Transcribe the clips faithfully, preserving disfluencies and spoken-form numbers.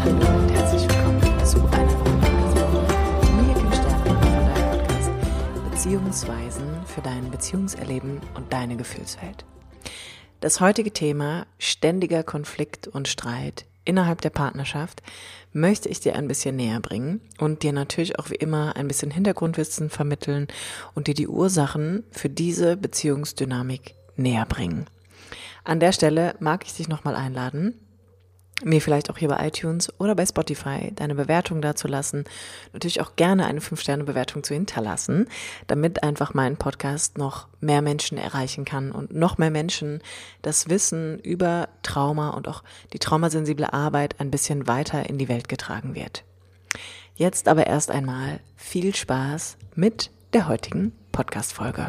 Hallo und herzlich willkommen zu einer neuen Episode hier im Sternenhimmel von deinem Podcast Beziehungsweisen für dein Beziehungserleben und deine Gefühlswelt. Das heutige Thema ständiger Konflikt und Streit innerhalb der Partnerschaft möchte ich dir ein bisschen näher bringen und dir natürlich auch wie immer ein bisschen Hintergrundwissen vermitteln und dir die Ursachen für diese Beziehungsdynamik näher bringen. An der Stelle mag ich dich nochmal einladen, mir vielleicht auch hier bei iTunes oder bei Spotify deine Bewertung dazulassen, natürlich auch gerne eine fünf Sterne Bewertung zu hinterlassen, damit einfach mein Podcast noch mehr Menschen erreichen kann und noch mehr Menschen das Wissen über Trauma und auch die traumasensible Arbeit ein bisschen weiter in die Welt getragen wird. Jetzt aber erst einmal viel Spaß mit der heutigen Podcast-Folge.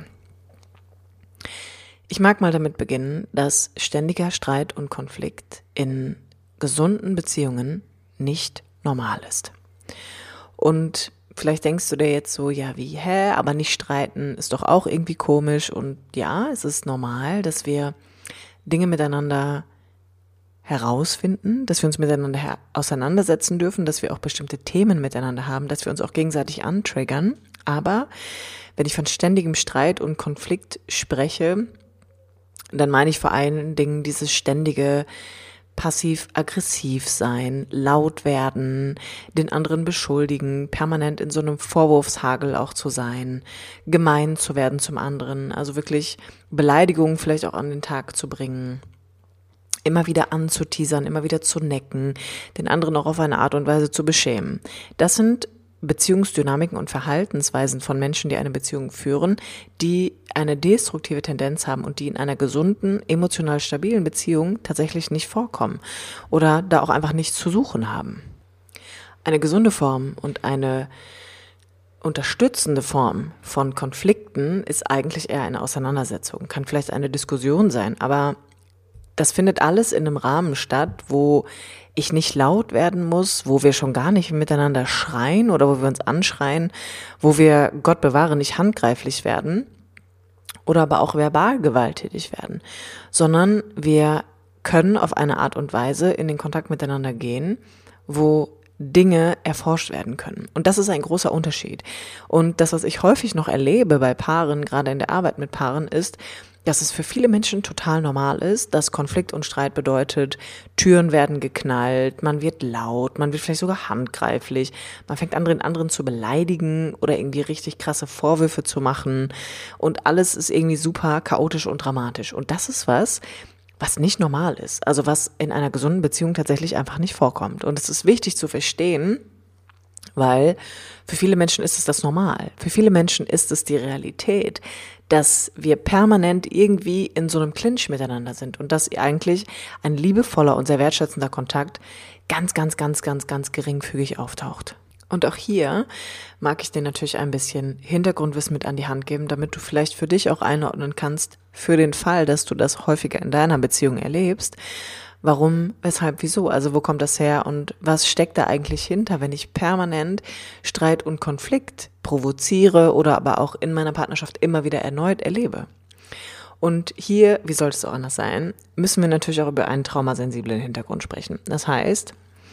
Ich mag mal damit beginnen, dass ständiger Streit und Konflikt in gesunden Beziehungen nicht normal ist. Und vielleicht denkst du dir jetzt so, ja wie, hä, aber nicht streiten ist doch auch irgendwie komisch. Und ja, es ist normal, dass wir Dinge miteinander herausfinden, dass wir uns miteinander her- auseinandersetzen dürfen, dass wir auch bestimmte Themen miteinander haben, dass wir uns auch gegenseitig antriggern. Aber wenn ich von ständigem Streit und Konflikt spreche, dann meine ich vor allen Dingen dieses ständige passiv-aggressiv sein, laut werden, den anderen beschuldigen, permanent in so einem Vorwurfshagel auch zu sein, gemein zu werden zum anderen, also wirklich Beleidigungen vielleicht auch an den Tag zu bringen, immer wieder anzuteasern, immer wieder zu necken, den anderen auch auf eine Art und Weise zu beschämen. Das sind Beziehungsdynamiken und Verhaltensweisen von Menschen, die eine Beziehung führen, die eine destruktive Tendenz haben und die in einer gesunden, emotional stabilen Beziehung tatsächlich nicht vorkommen oder da auch einfach nichts zu suchen haben. Eine gesunde Form und eine unterstützende Form von Konflikten ist eigentlich eher eine Auseinandersetzung, kann vielleicht eine Diskussion sein, aber das findet alles in einem Rahmen statt, wo ich nicht laut werden muss, wo wir schon gar nicht miteinander schreien oder wo wir uns anschreien, wo wir, Gott bewahre, nicht handgreiflich werden oder aber auch verbal gewalttätig werden, sondern wir können auf eine Art und Weise in den Kontakt miteinander gehen, wo Dinge erforscht werden können. Und das ist ein großer Unterschied. Und das, was ich häufig noch erlebe bei Paaren, gerade in der Arbeit mit Paaren, ist, dass es für viele Menschen total normal ist, dass Konflikt und Streit bedeutet, Türen werden geknallt, man wird laut, man wird vielleicht sogar handgreiflich, man fängt an, den anderen zu beleidigen oder irgendwie richtig krasse Vorwürfe zu machen und alles ist irgendwie super chaotisch und dramatisch. Und das ist was, was nicht normal ist, also was in einer gesunden Beziehung tatsächlich einfach nicht vorkommt. Und es ist wichtig zu verstehen, weil für viele Menschen ist es das normal. Für viele Menschen ist es die Realität, dass wir permanent irgendwie in so einem Clinch miteinander sind und dass eigentlich ein liebevoller und sehr wertschätzender Kontakt ganz, ganz, ganz, ganz, ganz geringfügig auftaucht. Und auch hier mag ich dir natürlich ein bisschen Hintergrundwissen mit an die Hand geben, damit du vielleicht für dich auch einordnen kannst, für den Fall, dass du das häufiger in deiner Beziehung erlebst. Warum, weshalb, wieso? Also wo kommt das her und was steckt da eigentlich hinter, wenn ich permanent Streit und Konflikt provoziere oder aber auch in meiner Partnerschaft immer wieder erneut erlebe? Und hier, wie sollte es auch anders sein, müssen wir natürlich auch über einen traumasensiblen Hintergrund sprechen. Das heißt,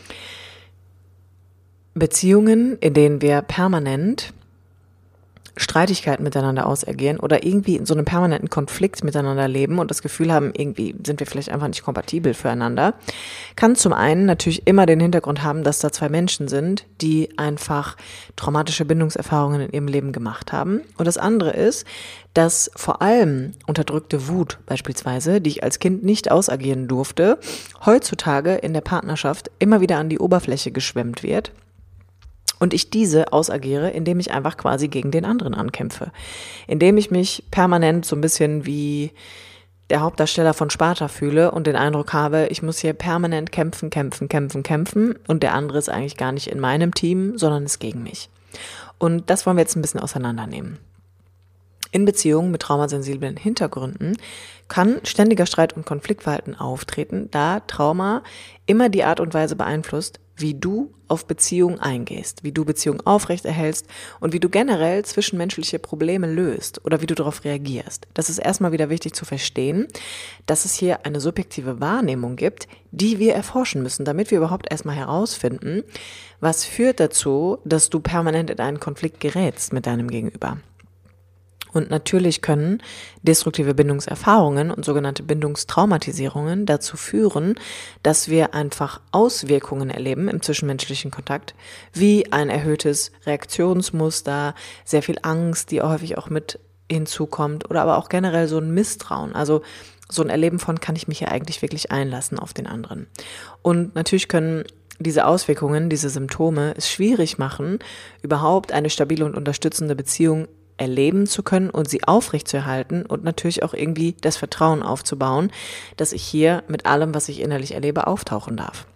Beziehungen, in denen wir permanent Streitigkeiten miteinander ausagieren oder irgendwie in so einem permanenten Konflikt miteinander leben und das Gefühl haben, irgendwie sind wir vielleicht einfach nicht kompatibel füreinander, kann zum einen natürlich immer den Hintergrund haben, dass da zwei Menschen sind, die einfach traumatische Bindungserfahrungen in ihrem Leben gemacht haben. Und das andere ist, dass vor allem unterdrückte Wut beispielsweise, die ich als Kind nicht ausagieren durfte, heutzutage in der Partnerschaft immer wieder an die Oberfläche geschwemmt wird. Und ich diese ausagiere, indem ich einfach quasi gegen den anderen ankämpfe. Indem ich mich permanent so ein bisschen wie der Hauptdarsteller von Sparta fühle und den Eindruck habe, ich muss hier permanent kämpfen, kämpfen, kämpfen, kämpfen und der andere ist eigentlich gar nicht in meinem Team, sondern ist gegen mich. Und das wollen wir jetzt ein bisschen auseinandernehmen. In Beziehungen mit traumasensiblen Hintergründen kann ständiger Streit und Konfliktverhalten auftreten, da Trauma immer die Art und Weise beeinflusst, wie du auf Beziehung eingehst, wie du Beziehung aufrechterhältst und wie du generell zwischenmenschliche Probleme löst oder wie du darauf reagierst. Das ist erstmal wieder wichtig zu verstehen, dass es hier eine subjektive Wahrnehmung gibt, die wir erforschen müssen, damit wir überhaupt erstmal herausfinden, was führt dazu, dass du permanent in einen Konflikt gerätst mit deinem Gegenüber. Und natürlich können destruktive Bindungserfahrungen und sogenannte Bindungstraumatisierungen dazu führen, dass wir einfach Auswirkungen erleben im zwischenmenschlichen Kontakt, wie ein erhöhtes Reaktionsmuster, sehr viel Angst, die häufig auch mit hinzukommt, oder aber auch generell so ein Misstrauen, also so ein Erleben von, kann ich mich hier eigentlich wirklich einlassen auf den anderen. Und natürlich können diese Auswirkungen, diese Symptome es schwierig machen, überhaupt eine stabile und unterstützende Beziehung erleben zu können und sie aufrechtzuerhalten und natürlich auch irgendwie das Vertrauen aufzubauen, dass ich hier mit allem, was ich innerlich erlebe, auftauchen darf.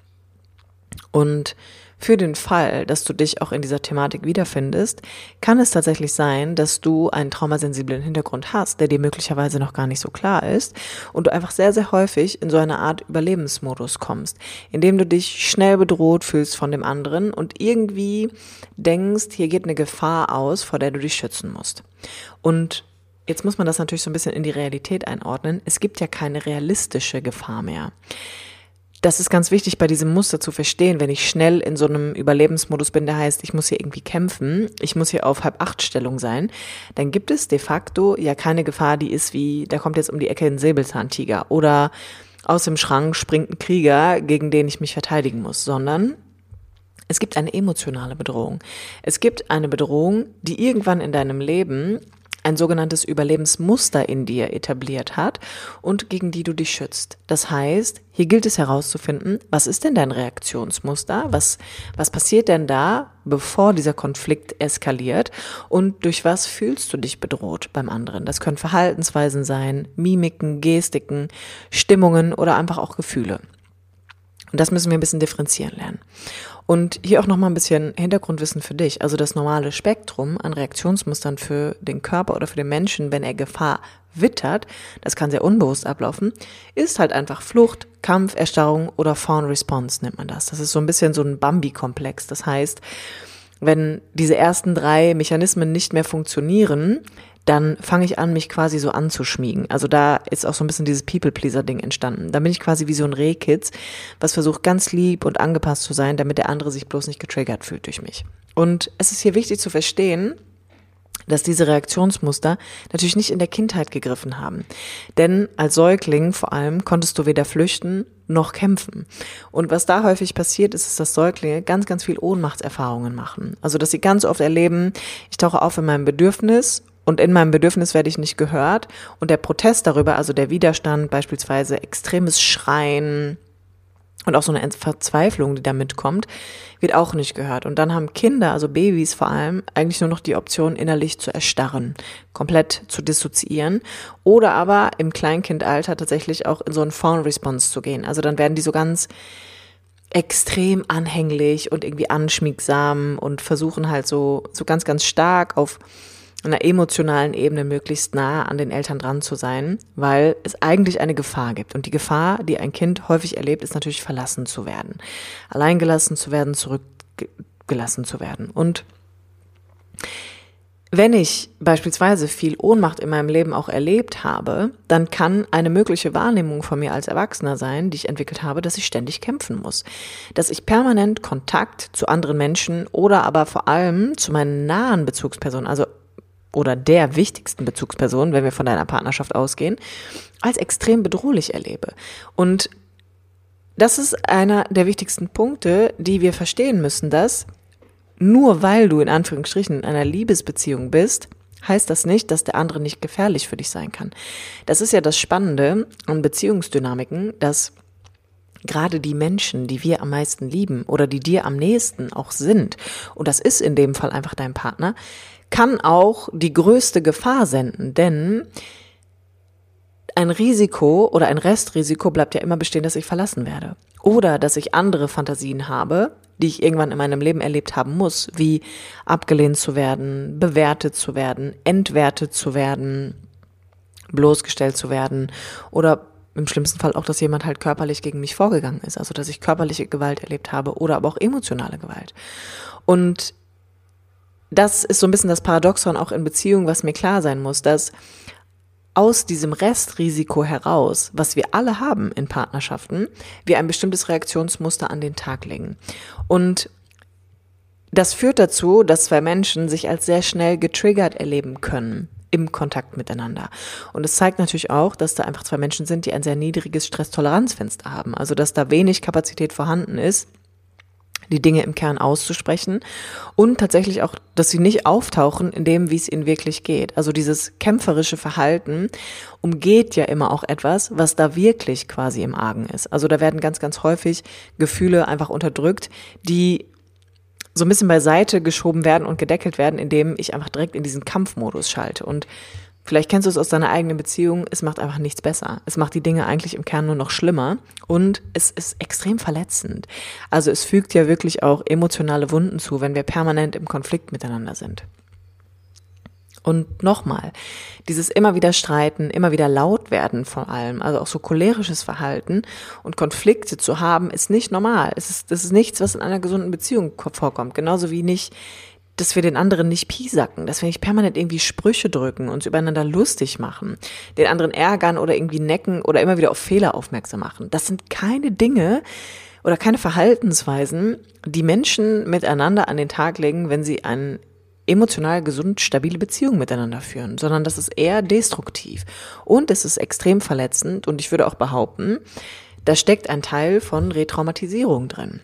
Und für den Fall, dass du dich auch in dieser Thematik wiederfindest, kann es tatsächlich sein, dass du einen traumasensiblen Hintergrund hast, der dir möglicherweise noch gar nicht so klar ist und du einfach sehr, sehr häufig in so eine Art Überlebensmodus kommst, indem du dich schnell bedroht fühlst von dem anderen und irgendwie denkst, hier geht eine Gefahr aus, vor der du dich schützen musst. Und jetzt muss man das natürlich so ein bisschen in die Realität einordnen. Es gibt ja keine realistische Gefahr mehr. Das ist ganz wichtig bei diesem Muster zu verstehen, wenn ich schnell in so einem Überlebensmodus bin, der heißt, ich muss hier irgendwie kämpfen, ich muss hier auf Halb-Acht-Stellung sein, dann gibt es de facto ja keine Gefahr, die ist wie, da kommt jetzt um die Ecke ein Säbelzahntiger oder aus dem Schrank springt ein Krieger, gegen den ich mich verteidigen muss, sondern es gibt eine emotionale Bedrohung. Es gibt eine Bedrohung, die irgendwann in deinem Leben ein sogenanntes Überlebensmuster in dir etabliert hat und gegen die du dich schützt. Das heißt, hier gilt es herauszufinden, was ist denn dein Reaktionsmuster? Was, was passiert denn da, bevor dieser Konflikt eskaliert? Und durch was fühlst du dich bedroht beim anderen? Das können Verhaltensweisen sein, Mimiken, Gestiken, Stimmungen oder einfach auch Gefühle. Und das müssen wir ein bisschen differenzieren lernen. Und hier auch nochmal ein bisschen Hintergrundwissen für dich. Also das normale Spektrum an Reaktionsmustern für den Körper oder für den Menschen, wenn er Gefahr wittert, das kann sehr unbewusst ablaufen, ist halt einfach Flucht, Kampf, Erstarrung oder Fawn Response nennt man das. Das ist so ein bisschen so ein Bambi-Komplex. Das heißt, wenn diese ersten drei Mechanismen nicht mehr funktionieren, dann fange ich an, mich quasi so anzuschmiegen. Also da ist auch so ein bisschen dieses People-Pleaser-Ding entstanden. Da bin ich quasi wie so ein Rehkitz, was versucht ganz lieb und angepasst zu sein, damit der andere sich bloß nicht getriggert fühlt durch mich. Und es ist hier wichtig zu verstehen, dass diese Reaktionsmuster natürlich nicht in der Kindheit gegriffen haben. Denn als Säugling vor allem konntest du weder flüchten noch kämpfen. Und was da häufig passiert ist, ist, dass Säuglinge ganz, ganz viel Ohnmachtserfahrungen machen. Also dass sie ganz oft erleben, ich tauche auf in meinem Bedürfnis und in meinem Bedürfnis werde ich nicht gehört. Und der Protest darüber, also der Widerstand, beispielsweise extremes Schreien und auch so eine Verzweiflung, die da mitkommt, wird auch nicht gehört. Und dann haben Kinder, also Babys vor allem, eigentlich nur noch die Option, innerlich zu erstarren, komplett zu dissoziieren oder aber im Kleinkindalter tatsächlich auch in so einen Fawn-Response zu gehen. Also dann werden die so ganz extrem anhänglich und irgendwie anschmiegsam und versuchen halt so, so ganz, ganz stark auf einer emotionalen Ebene möglichst nah an den Eltern dran zu sein, weil es eigentlich eine Gefahr gibt. Und die Gefahr, die ein Kind häufig erlebt, ist natürlich verlassen zu werden, alleingelassen zu werden, zurückgelassen zu werden. Und wenn ich beispielsweise viel Ohnmacht in meinem Leben auch erlebt habe, dann kann eine mögliche Wahrnehmung von mir als Erwachsener sein, die ich entwickelt habe, dass ich ständig kämpfen muss. Dass ich permanent Kontakt zu anderen Menschen oder aber vor allem zu meinen nahen Bezugspersonen, also oder der wichtigsten Bezugsperson, wenn wir von deiner Partnerschaft ausgehen, als extrem bedrohlich erlebe. Und das ist einer der wichtigsten Punkte, die wir verstehen müssen, dass nur weil du in Anführungsstrichen in einer Liebesbeziehung bist, heißt das nicht, dass der andere nicht gefährlich für dich sein kann. Das ist ja das Spannende an Beziehungsdynamiken, dass gerade die Menschen, die wir am meisten lieben oder die dir am nächsten auch sind, und das ist in dem Fall einfach dein Partner, kann auch die größte Gefahr senden, denn ein Risiko oder ein Restrisiko bleibt ja immer bestehen, dass ich verlassen werde oder dass ich andere Fantasien habe, die ich irgendwann in meinem Leben erlebt haben muss, wie abgelehnt zu werden, bewertet zu werden, entwertet zu werden, bloßgestellt zu werden oder im schlimmsten Fall auch, dass jemand halt körperlich gegen mich vorgegangen ist, also dass ich körperliche Gewalt erlebt habe oder aber auch emotionale Gewalt. Und das ist so ein bisschen das Paradoxon auch in Beziehungen, was mir klar sein muss, dass aus diesem Restrisiko heraus, was wir alle haben in Partnerschaften, wir ein bestimmtes Reaktionsmuster an den Tag legen. Und das führt dazu, dass zwei Menschen sich als sehr schnell getriggert erleben können im Kontakt miteinander. Und es zeigt natürlich auch, dass da einfach zwei Menschen sind, die ein sehr niedriges Stresstoleranzfenster haben. Also dass da wenig Kapazität vorhanden ist, die Dinge im Kern auszusprechen und tatsächlich auch, dass sie nicht auftauchen in dem, wie es ihnen wirklich geht. Also dieses kämpferische Verhalten umgeht ja immer auch etwas, was da wirklich quasi im Argen ist. Also da werden ganz, ganz häufig Gefühle einfach unterdrückt, die so ein bisschen beiseite geschoben werden und gedeckelt werden, indem ich einfach direkt in diesen Kampfmodus schalte. Und vielleicht kennst du es aus deiner eigenen Beziehung, es macht einfach nichts besser. Es macht die Dinge eigentlich im Kern nur noch schlimmer und es ist extrem verletzend. Also es fügt ja wirklich auch emotionale Wunden zu, wenn wir permanent im Konflikt miteinander sind. Und nochmal, dieses immer wieder Streiten, immer wieder laut werden vor allem, also auch so cholerisches Verhalten und Konflikte zu haben, ist nicht normal. Es ist, das ist nichts, was in einer gesunden Beziehung vorkommt. Genauso wie nicht, dass wir den anderen nicht piesacken, dass wir nicht permanent irgendwie Sprüche drücken, uns übereinander lustig machen, den anderen ärgern oder irgendwie necken oder immer wieder auf Fehler aufmerksam machen. Das sind keine Dinge oder keine Verhaltensweisen, die Menschen miteinander an den Tag legen, wenn sie einen emotional gesund, stabile Beziehung miteinander führen, sondern das ist eher destruktiv und es ist extrem verletzend und ich würde auch behaupten, da steckt ein Teil von Retraumatisierung drin.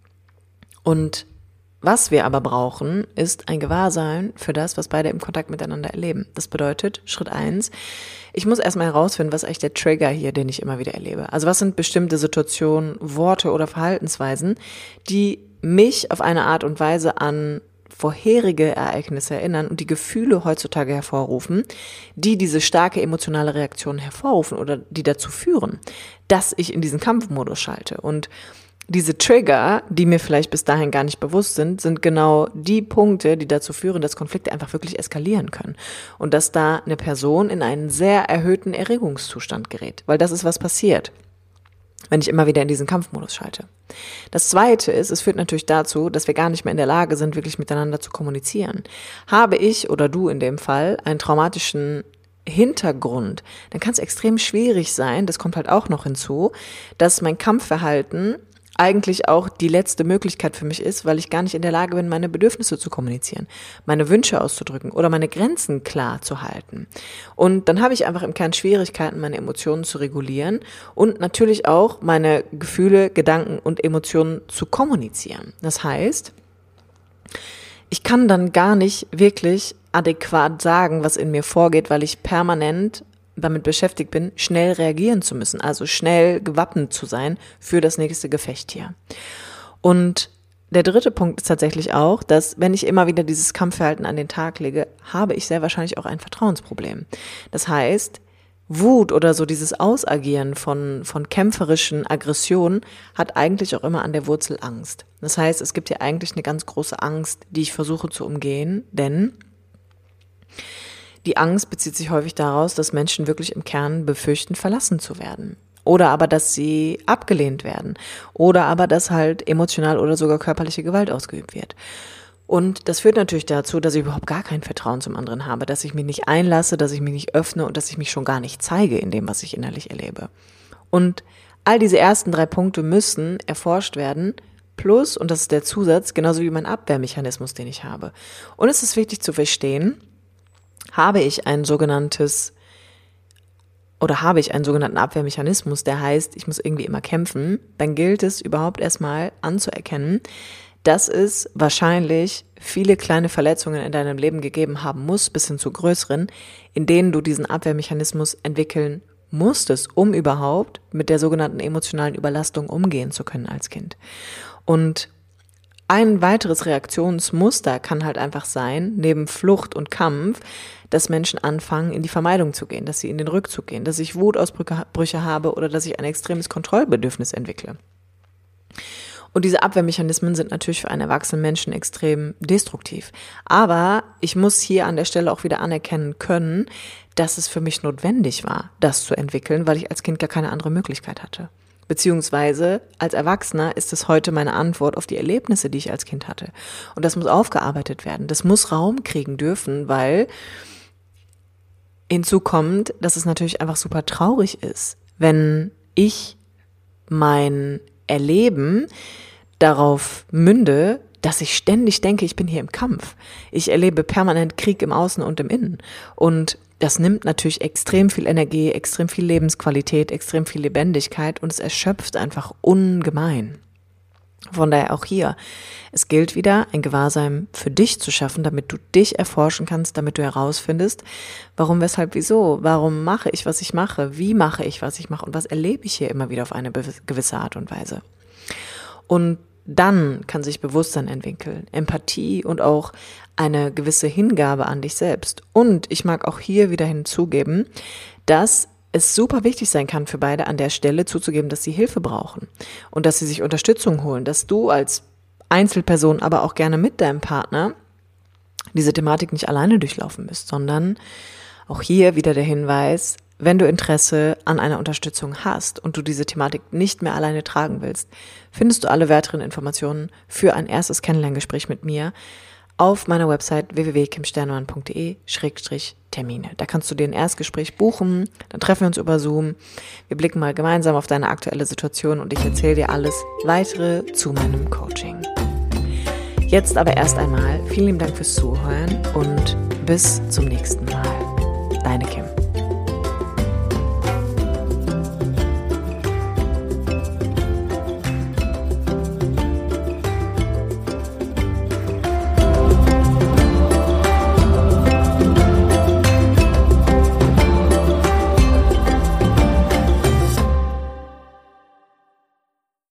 Und was wir aber brauchen, ist ein Gewahrsein für das, was beide im Kontakt miteinander erleben. Das bedeutet, Schritt eins, ich muss erstmal herausfinden, was ist eigentlich der Trigger hier, den ich immer wieder erlebe. Also was sind bestimmte Situationen, Worte oder Verhaltensweisen, die mich auf eine Art und Weise an vorherige Ereignisse erinnern und die Gefühle heutzutage hervorrufen, die diese starke emotionale Reaktion hervorrufen oder die dazu führen, dass ich in diesen Kampfmodus schalte. Und diese Trigger, die mir vielleicht bis dahin gar nicht bewusst sind, sind genau die Punkte, die dazu führen, dass Konflikte einfach wirklich eskalieren können. Und dass da eine Person in einen sehr erhöhten Erregungszustand gerät. Weil das ist, was passiert, wenn ich immer wieder in diesen Kampfmodus schalte. Das Zweite ist, es führt natürlich dazu, dass wir gar nicht mehr in der Lage sind, wirklich miteinander zu kommunizieren. Habe ich oder du in dem Fall einen traumatischen Hintergrund, dann kann es extrem schwierig sein, das kommt halt auch noch hinzu, dass mein Kampfverhalten eigentlich auch die letzte Möglichkeit für mich ist, weil ich gar nicht in der Lage bin, meine Bedürfnisse zu kommunizieren, meine Wünsche auszudrücken oder meine Grenzen klar zu halten. Und dann habe ich einfach im Kern Schwierigkeiten, meine Emotionen zu regulieren und natürlich auch meine Gefühle, Gedanken und Emotionen zu kommunizieren. Das heißt, ich kann dann gar nicht wirklich adäquat sagen, was in mir vorgeht, weil ich permanent damit beschäftigt bin, schnell reagieren zu müssen, also schnell gewappnet zu sein für das nächste Gefecht hier. Und der dritte Punkt ist tatsächlich auch, dass wenn ich immer wieder dieses Kampfverhalten an den Tag lege, habe ich sehr wahrscheinlich auch ein Vertrauensproblem. Das heißt, Wut oder so dieses Ausagieren von, von kämpferischen Aggressionen hat eigentlich auch immer an der Wurzel Angst. Das heißt, es gibt hier eigentlich eine ganz große Angst, die ich versuche zu umgehen, denn die Angst bezieht sich häufig daraus, dass Menschen wirklich im Kern befürchten, verlassen zu werden. Oder aber, dass sie abgelehnt werden. Oder aber, dass halt emotional oder sogar körperliche Gewalt ausgeübt wird. Und das führt natürlich dazu, dass ich überhaupt gar kein Vertrauen zum anderen habe, dass ich mich nicht einlasse, dass ich mich nicht öffne und dass ich mich schon gar nicht zeige in dem, was ich innerlich erlebe. Und all diese ersten drei Punkte müssen erforscht werden, plus, und das ist der Zusatz, genauso wie mein Abwehrmechanismus, den ich habe. Und es ist wichtig zu verstehen, habe ich ein sogenanntes oder habe ich einen sogenannten Abwehrmechanismus, der heißt, ich muss irgendwie immer kämpfen, dann gilt es überhaupt erstmal anzuerkennen, dass es wahrscheinlich viele kleine Verletzungen in deinem Leben gegeben haben muss, bis hin zu größeren, in denen du diesen Abwehrmechanismus entwickeln musstest, um überhaupt mit der sogenannten emotionalen Überlastung umgehen zu können als Kind. Und ein weiteres Reaktionsmuster kann halt einfach sein, neben Flucht und Kampf, dass Menschen anfangen, in die Vermeidung zu gehen, dass sie in den Rückzug gehen, dass ich Wutausbrüche habe oder dass ich ein extremes Kontrollbedürfnis entwickle. Und diese Abwehrmechanismen sind natürlich für einen erwachsenen Menschen extrem destruktiv. Aber ich muss hier an der Stelle auch wieder anerkennen können, dass es für mich notwendig war, das zu entwickeln, weil ich als Kind gar keine andere Möglichkeit hatte. Beziehungsweise als Erwachsener ist es heute meine Antwort auf die Erlebnisse, die ich als Kind hatte. Und das muss aufgearbeitet werden. Das muss Raum kriegen dürfen, weil hinzu kommt, dass es natürlich einfach super traurig ist, wenn ich mein Erleben darauf münde, dass ich ständig denke, ich bin hier im Kampf. Ich erlebe permanent Krieg im Außen und im Innen. Und das nimmt natürlich extrem viel Energie, extrem viel Lebensqualität, extrem viel Lebendigkeit und es erschöpft einfach ungemein. Von daher auch hier, es gilt wieder, ein Gewahrsein für dich zu schaffen, damit du dich erforschen kannst, damit du herausfindest, warum, weshalb, wieso, warum mache ich, was ich mache, wie mache ich, was ich mache und was erlebe ich hier immer wieder auf eine gewisse Art und Weise. Und dann kann sich Bewusstsein entwickeln, Empathie und auch eine gewisse Hingabe an dich selbst. Und ich mag auch hier wieder hinzugeben, dass es super wichtig sein kann für beide an der Stelle zuzugeben, dass sie Hilfe brauchen und dass sie sich Unterstützung holen, dass du als Einzelperson, aber auch gerne mit deinem Partner diese Thematik nicht alleine durchlaufen müsst, sondern auch hier wieder der Hinweis, wenn du Interesse an einer Unterstützung hast und du diese Thematik nicht mehr alleine tragen willst, findest du alle weiteren Informationen für ein erstes Kennenlerngespräch mit mir auf meiner Website w w w punkt kim sternemann punkt d e Schrägstrich Termine. Da kannst du dir ein Erstgespräch buchen, dann treffen wir uns über Zoom, wir blicken mal gemeinsam auf deine aktuelle Situation und ich erzähle dir alles weitere zu meinem Coaching. Jetzt aber erst einmal vielen lieben Dank fürs Zuhören und bis zum nächsten Mal.